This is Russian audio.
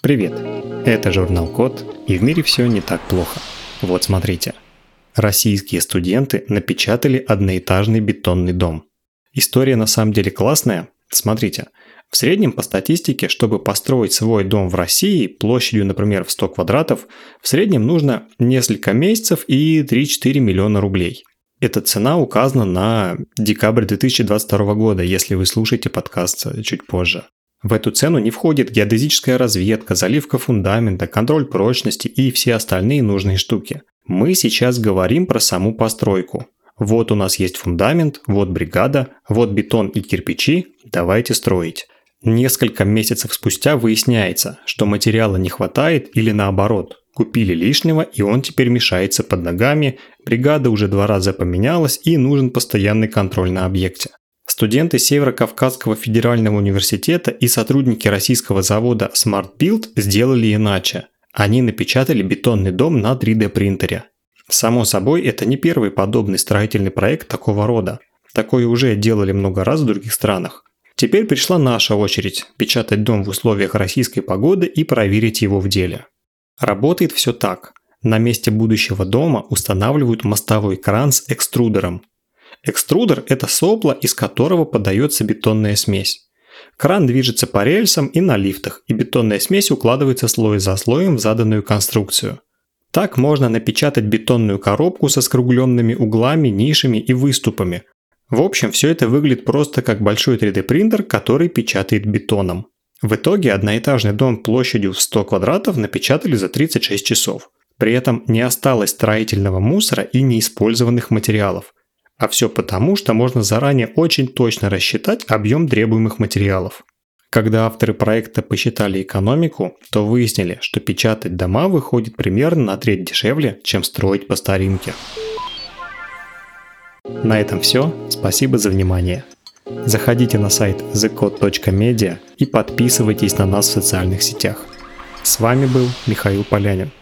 Привет! Это журнал Код, и в мире все не так плохо. Вот смотрите. Российские студенты напечатали одноэтажный бетонный дом. История на самом деле классная. Смотрите. В среднем по статистике, чтобы построить свой дом в России площадью, например, в 100 квадратов, в среднем нужно несколько месяцев и 3-4 миллиона рублей. Эта цена указана на декабрь 2022 года, если вы слушаете подкаст чуть позже. В эту цену не входит геодезическая разведка, заливка фундамента, контроль прочности и все остальные нужные штуки. Мы сейчас говорим про саму постройку. Вот у нас есть фундамент, вот бригада, вот бетон и кирпичи, давайте строить. Несколько месяцев спустя выясняется, что материала не хватает или наоборот. Купили лишнего, и он теперь мешается под ногами, бригада уже 2 раза поменялась и нужен постоянный контроль на объекте. Студенты Северо-Кавказского федерального университета и сотрудники российского завода Smart Build сделали иначе. Они напечатали бетонный дом на 3D принтере. Само собой, это не первый подобный строительный проект такого рода. Такое уже делали много раз в других странах. Теперь пришла наша очередь печатать дом в условиях российской погоды и проверить его в деле. Работает все так. На месте будущего дома устанавливают мостовой кран с экструдером. Экструдер – это сопло, из которого подается бетонная смесь. Кран движется по рельсам и на лифтах, и бетонная смесь укладывается слой за слоем в заданную конструкцию. Так можно напечатать бетонную коробку со скругленными углами, нишами и выступами. В общем, все это выглядит просто как большой 3D-принтер, который печатает бетоном. В итоге одноэтажный дом площадью в 100 квадратов напечатали за 36 часов. При этом не осталось строительного мусора и неиспользованных материалов. А все потому, что можно заранее очень точно рассчитать объем требуемых материалов. Когда авторы проекта посчитали экономику, то выяснили, что печатать дома выходит примерно на треть дешевле, чем строить по старинке. На этом все. Спасибо за внимание. Заходите на сайт thecode.media и подписывайтесь на нас в социальных сетях. С вами был Михаил Полянин.